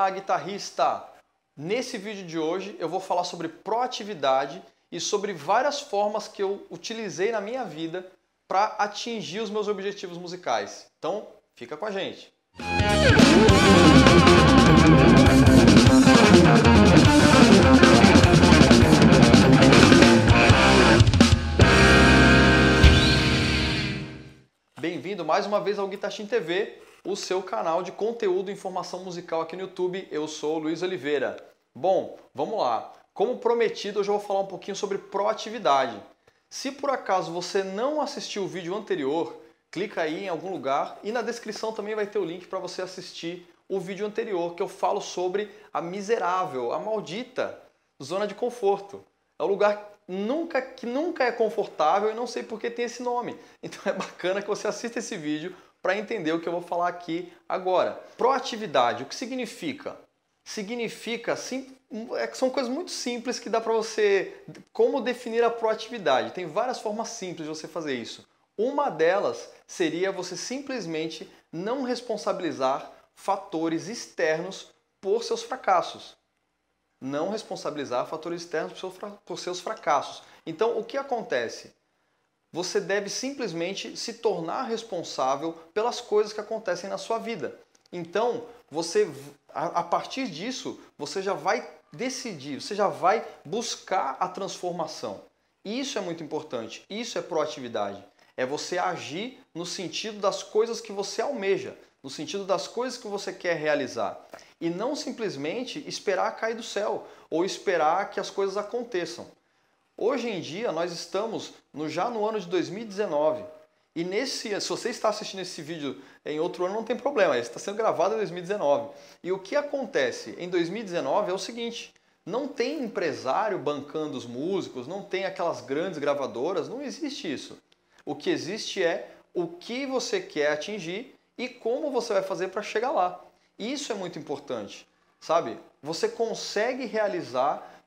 Olá, guitarrista! Nesse vídeo de hoje eu vou falar sobre proatividade e sobre várias formas que eu utilizei na minha vida para atingir os meus objetivos musicais. Então, fica com a gente! Bem-vindo mais uma vez ao Guitarchin TV, o seu canal de conteúdo e informação musical aqui no YouTube. Eu sou o Luiz Oliveira. Bom, vamos lá. Como prometido, hoje eu vou falar um pouquinho sobre proatividade. Se por acaso você não assistiu o vídeo anterior, clica aí em algum lugar e na descrição também vai ter o link para você assistir o vídeo anterior que eu falo sobre a miserável, a maldita zona de conforto. É o lugar que nunca é confortável e não sei por que tem esse nome. Então é bacana que você assista esse vídeo para entender o que eu vou falar aqui agora. Proatividade, o que significa? Significa, são coisas muito simples que dá para você... Como definir a proatividade? Tem várias formas simples de você fazer isso. Uma delas seria você simplesmente não responsabilizar fatores externos por seus fracassos. Não responsabilizar fatores externos por seus fracassos. Então, o que acontece? Você deve simplesmente se tornar responsável pelas coisas que acontecem na sua vida. Então, a partir disso, você já vai decidir, você já vai buscar a transformação. Isso é muito importante, isso é proatividade. É você agir no sentido das coisas que você almeja, no sentido das coisas que você quer realizar. E não simplesmente esperar cair do céu, ou esperar que as coisas aconteçam. Hoje em dia, nós estamos já no ano de 2019. E se você está assistindo esse vídeo em outro ano, não tem problema, ele está sendo gravado em 2019. E o que acontece em 2019 é o seguinte: não tem empresário bancando os músicos, não tem aquelas grandes gravadoras, não existe isso. O que existe é o que você quer atingir e como você vai fazer para chegar lá. Isso é muito importante, sabe? Você consegue realizar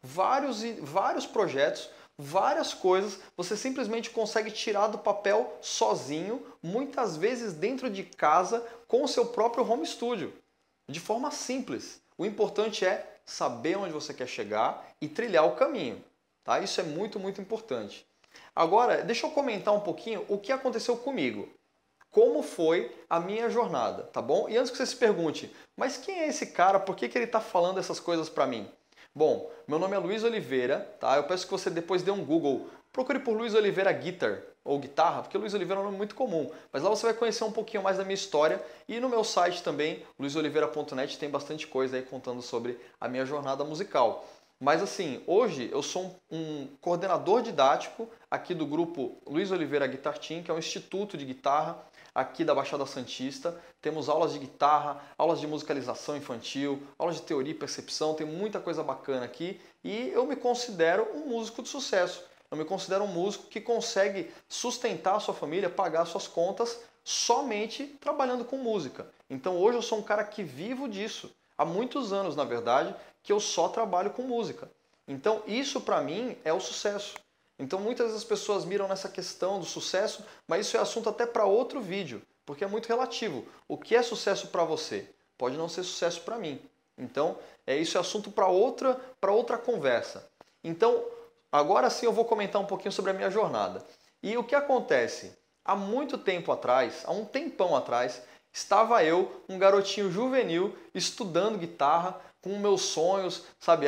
vários projetos, várias coisas, você simplesmente consegue tirar do papel sozinho, muitas vezes dentro de casa, com o seu próprio home studio, de forma simples. O importante é saber onde você quer chegar e trilhar o caminho, tá? Isso é muito, muito importante. Agora, deixa eu comentar um pouquinho o que aconteceu comigo. Como foi a minha jornada, tá bom? E antes que você se pergunte, mas quem é esse cara? Por que ele está falando essas coisas para mim? Bom, meu nome é Luiz Oliveira, tá? Eu peço que você depois dê um Google, procure por Luiz Oliveira Guitar ou guitarra, porque Luiz Oliveira é um nome muito comum. Mas lá você vai conhecer um pouquinho mais da minha história e no meu site também, luizoliveira.net, tem bastante coisa aí contando sobre a minha jornada musical. Mas assim, hoje eu sou um coordenador didático aqui do grupo Luiz Oliveira Guitar Team, que é um instituto de guitarra aqui da Baixada Santista. Temos aulas de guitarra, aulas de musicalização infantil, aulas de teoria e percepção, tem muita coisa bacana aqui. E eu me considero um músico de sucesso. Eu me considero um músico que consegue sustentar a sua família, pagar suas contas somente trabalhando com música. Então hoje eu sou um cara que vivo disso. Há muitos anos, na verdade, que eu só trabalho com música. Então isso para mim é o sucesso. Então muitas vezes as pessoas miram nessa questão do sucesso, mas isso é assunto até para outro vídeo, porque é muito relativo. O que é sucesso para você pode não ser sucesso para mim. Então isso é assunto para outra conversa. Então agora sim eu vou comentar um pouquinho sobre a minha jornada. E o que acontece? Há muito tempo atrás, há um tempão atrás, estava eu, um garotinho juvenil, estudando guitarra, com meus sonhos, sabe?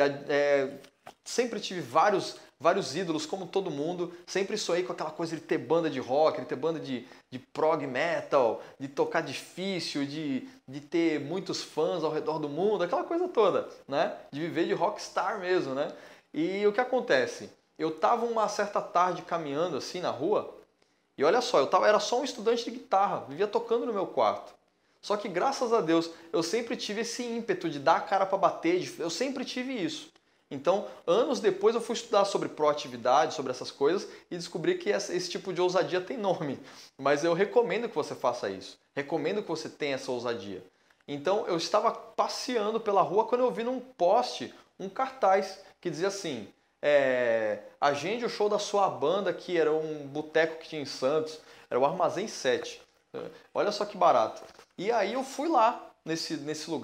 Sempre tive vários ídolos, como todo mundo. Sempre sonhei com aquela coisa de ter banda de rock, de ter banda de prog metal, de tocar difícil, de ter muitos fãs ao redor do mundo, aquela coisa toda, né? De viver de rockstar mesmo, né? E o que acontece? Eu estava uma certa tarde caminhando assim na rua, e olha só, era só um estudante de guitarra, vivia tocando no meu quarto. Só que graças a Deus eu sempre tive esse ímpeto de dar a cara para bater, eu sempre tive isso. Então, anos depois eu fui estudar sobre proatividade, sobre essas coisas e descobri que esse tipo de ousadia tem nome. Mas eu recomendo que você faça isso. Recomendo que você tenha essa ousadia. Então, eu estava passeando pela rua quando eu vi num poste um cartaz que dizia assim: agende o show da sua banda, que era um boteco que tinha em Santos, era o Armazém 7. Olha só que barato. E aí eu fui lá nesse lugar.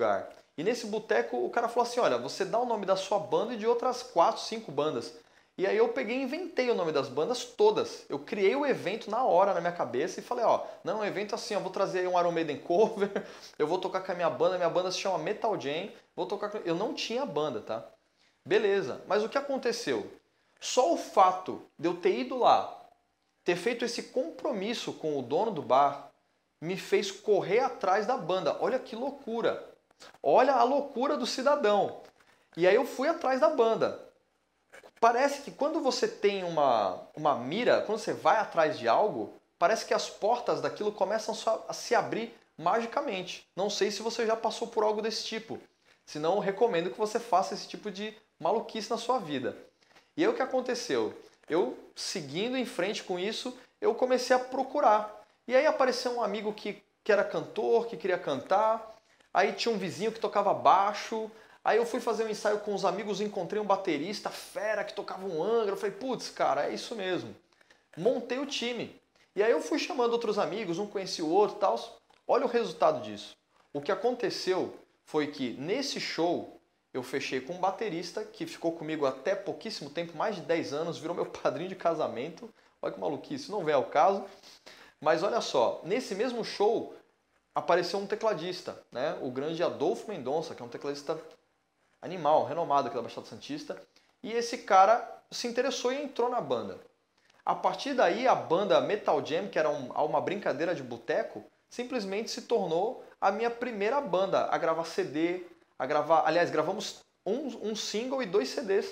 E nesse boteco o cara falou assim, olha, você dá o nome da sua banda e de outras 4, 5 bandas. E aí eu peguei e inventei o nome das bandas todas. Eu criei o evento na hora na minha cabeça e falei, ó, não, um evento assim, eu vou trazer um Iron Maiden cover, eu vou tocar com a minha banda se chama Metal Jam, vou tocar com... Eu não tinha banda, tá? Beleza, mas o que aconteceu? Só o fato de eu ter ido lá, ter feito esse compromisso com o dono do bar, me fez correr atrás da banda. Olha que loucura! Olha a loucura do cidadão. E aí eu fui atrás da banda. Parece que quando você tem uma mira, quando você vai atrás de algo, parece que as portas daquilo começam a se abrir magicamente. Não sei se você já passou por algo desse tipo. Senão eu recomendo que você faça esse tipo de maluquice na sua vida. E aí o que aconteceu? Eu, seguindo em frente com isso, eu comecei a procurar. E aí apareceu um amigo que era cantor, que queria cantar. Aí tinha um vizinho que tocava baixo. Aí eu fui fazer um ensaio com os amigos e encontrei um baterista fera que tocava um Angra. Eu falei, putz, cara, é isso mesmo. Montei o time. E aí eu fui chamando outros amigos, um conhecia o outro e tal. Olha o resultado disso. O que aconteceu foi que nesse show eu fechei com um baterista que ficou comigo até pouquíssimo tempo, mais de 10 anos, virou meu padrinho de casamento. Olha que maluquice, não vem ao caso. Mas olha só, nesse mesmo show apareceu um tecladista, né? O grande Adolfo Mendonça, que é um tecladista animal, renomado aqui da Baixada Santista. E esse cara se interessou e entrou na banda. A partir daí, a banda Metal Jam, que era uma brincadeira de boteco, simplesmente se tornou a minha primeira banda a gravar CD, aliás, gravamos um single e 2 CDs.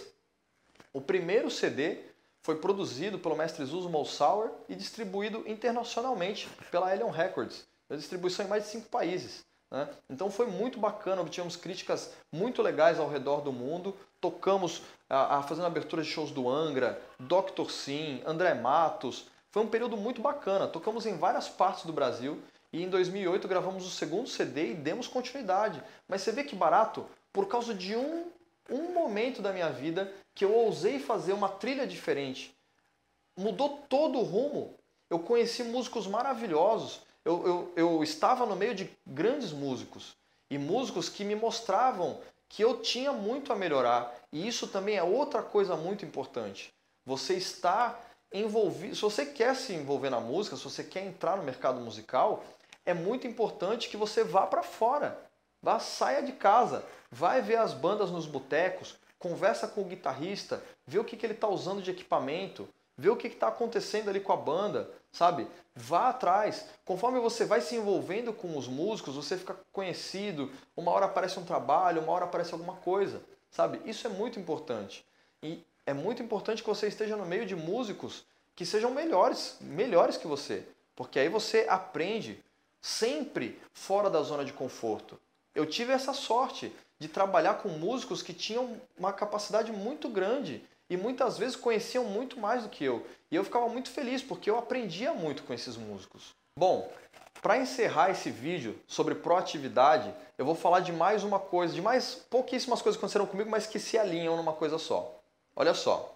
O primeiro CD foi produzido pelo mestre Zuzo Molsauer e distribuído internacionalmente pela Elion Records. A distribuição em mais de 5 países. Né? Então foi muito bacana, obtivemos críticas muito legais ao redor do mundo. Tocamos fazendo abertura de shows do Angra, Dr. Sim, André Matos. Foi um período muito bacana. Tocamos em várias partes do Brasil. E em 2008 gravamos o segundo CD e demos continuidade. Mas você vê que barato? Por causa de um momento da minha vida que eu ousei fazer uma trilha diferente. Mudou todo o rumo. Eu conheci músicos maravilhosos. Eu estava no meio de grandes músicos. E músicos que me mostravam que eu tinha muito a melhorar. E isso também é outra coisa muito importante. Você está envolvido. Se você quer se envolver na música, se você quer entrar no mercado musical, é muito importante que você vá para fora. Saia de casa, vai ver as bandas nos botecos, conversa com o guitarrista, vê o que ele está usando de equipamento, vê o que está acontecendo ali com a banda, sabe? Vá atrás. Conforme você vai se envolvendo com os músicos, você fica conhecido, uma hora aparece um trabalho, uma hora aparece alguma coisa, sabe? Isso é muito importante. E é muito importante que você esteja no meio de músicos que sejam melhores que você, porque aí você aprende sempre fora da zona de conforto. Eu tive essa sorte de trabalhar com músicos que tinham uma capacidade muito grande e muitas vezes conheciam muito mais do que eu. E eu ficava muito feliz porque eu aprendia muito com esses músicos. Bom, para encerrar esse vídeo sobre proatividade, eu vou falar de mais uma coisa, de mais pouquíssimas coisas que aconteceram comigo, mas que se alinham numa coisa só. Olha só.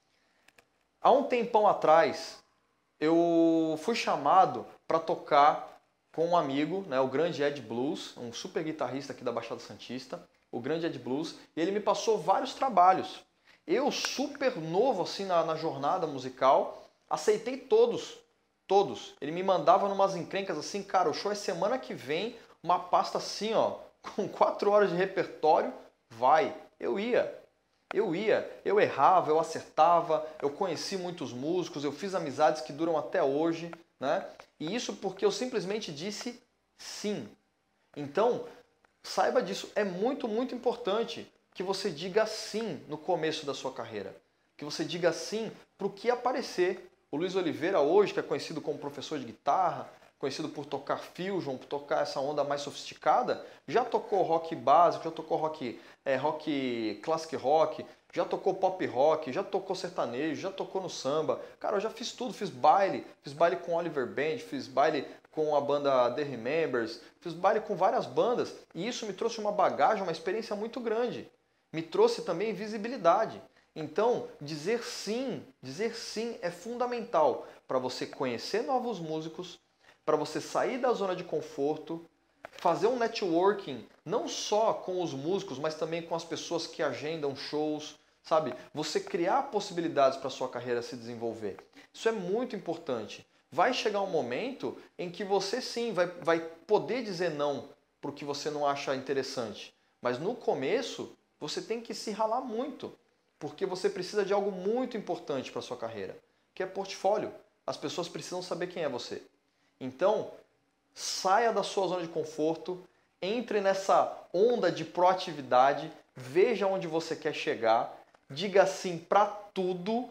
Há um tempão atrás, eu fui chamado para tocar com um amigo, né, o grande Ed Blues, um super guitarrista aqui da Baixada Santista, o grande Ed Blues, e ele me passou vários trabalhos. Eu, super novo assim na jornada musical, aceitei todos. Ele me mandava numas encrencas assim, cara, o show é semana que vem, uma pasta assim, ó, com 4 horas de repertório, vai. Eu ia, eu errava, eu acertava, eu conheci muitos músicos, eu fiz amizades que duram até hoje, né? E isso porque eu simplesmente disse sim. Então, saiba disso, é muito, muito importante que você diga sim no começo da sua carreira. Que você diga sim para o que aparecer. O Luiz Oliveira hoje, que é conhecido como professor de guitarra, conhecido por tocar fusion, por tocar essa onda mais sofisticada, já tocou rock básico, já tocou rock classic rock, já tocou pop rock, já tocou sertanejo, já tocou no samba. Cara, eu já fiz tudo, fiz baile com Oliver Band, fiz baile com a banda The Remembers, fiz baile com várias bandas e isso me trouxe uma bagagem, uma experiência muito grande. Me trouxe também visibilidade. Então, dizer sim é fundamental para você conhecer novos músicos, para você sair da zona de conforto fazer um networking não só com os músicos, mas também com as pessoas que agendam shows, sabe? Você criar possibilidades para a sua carreira se desenvolver. Isso é muito importante. Vai chegar um momento em que você sim vai poder dizer não para o que você não acha interessante. Mas no começo, você tem que se ralar muito, porque você precisa de algo muito importante para a sua carreira, que é portfólio. As pessoas precisam saber quem é você. Então, saia da sua zona de conforto, entre nessa onda de proatividade, veja onde você quer chegar, diga sim para tudo,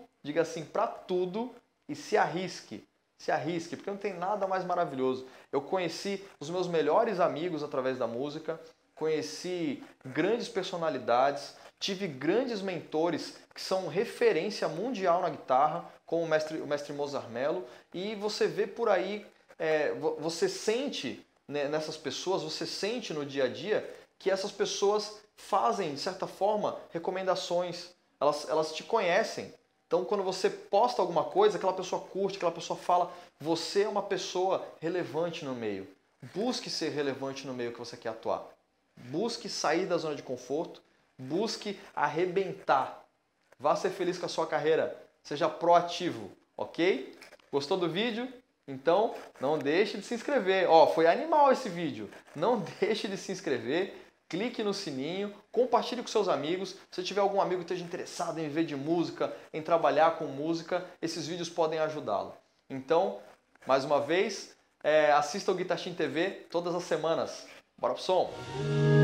e se arrisque. Se arrisque, porque não tem nada mais maravilhoso. Eu conheci os meus melhores amigos através da música, conheci grandes personalidades, tive grandes mentores que são referência mundial na guitarra, como o mestre Mozart Mello, e você vê por aí, você sente nessas pessoas, você sente no dia a dia que essas pessoas fazem, de certa forma, recomendações, elas te conhecem. Então, quando você posta alguma coisa, aquela pessoa curte, aquela pessoa fala, você é uma pessoa relevante no meio. Busque ser relevante no meio que você quer atuar. Busque sair da zona de conforto, busque arrebentar. Vá ser feliz com a sua carreira. Seja proativo, ok? Gostou do vídeo? Então, não deixe de se inscrever. Foi animal esse vídeo. Não deixe de se inscrever. Clique no sininho, compartilhe com seus amigos. Se tiver algum amigo que esteja interessado em viver de música, em trabalhar com música, esses vídeos podem ajudá-lo. Então, mais uma vez, assista o Guitar Team TV todas as semanas. Bora pro som!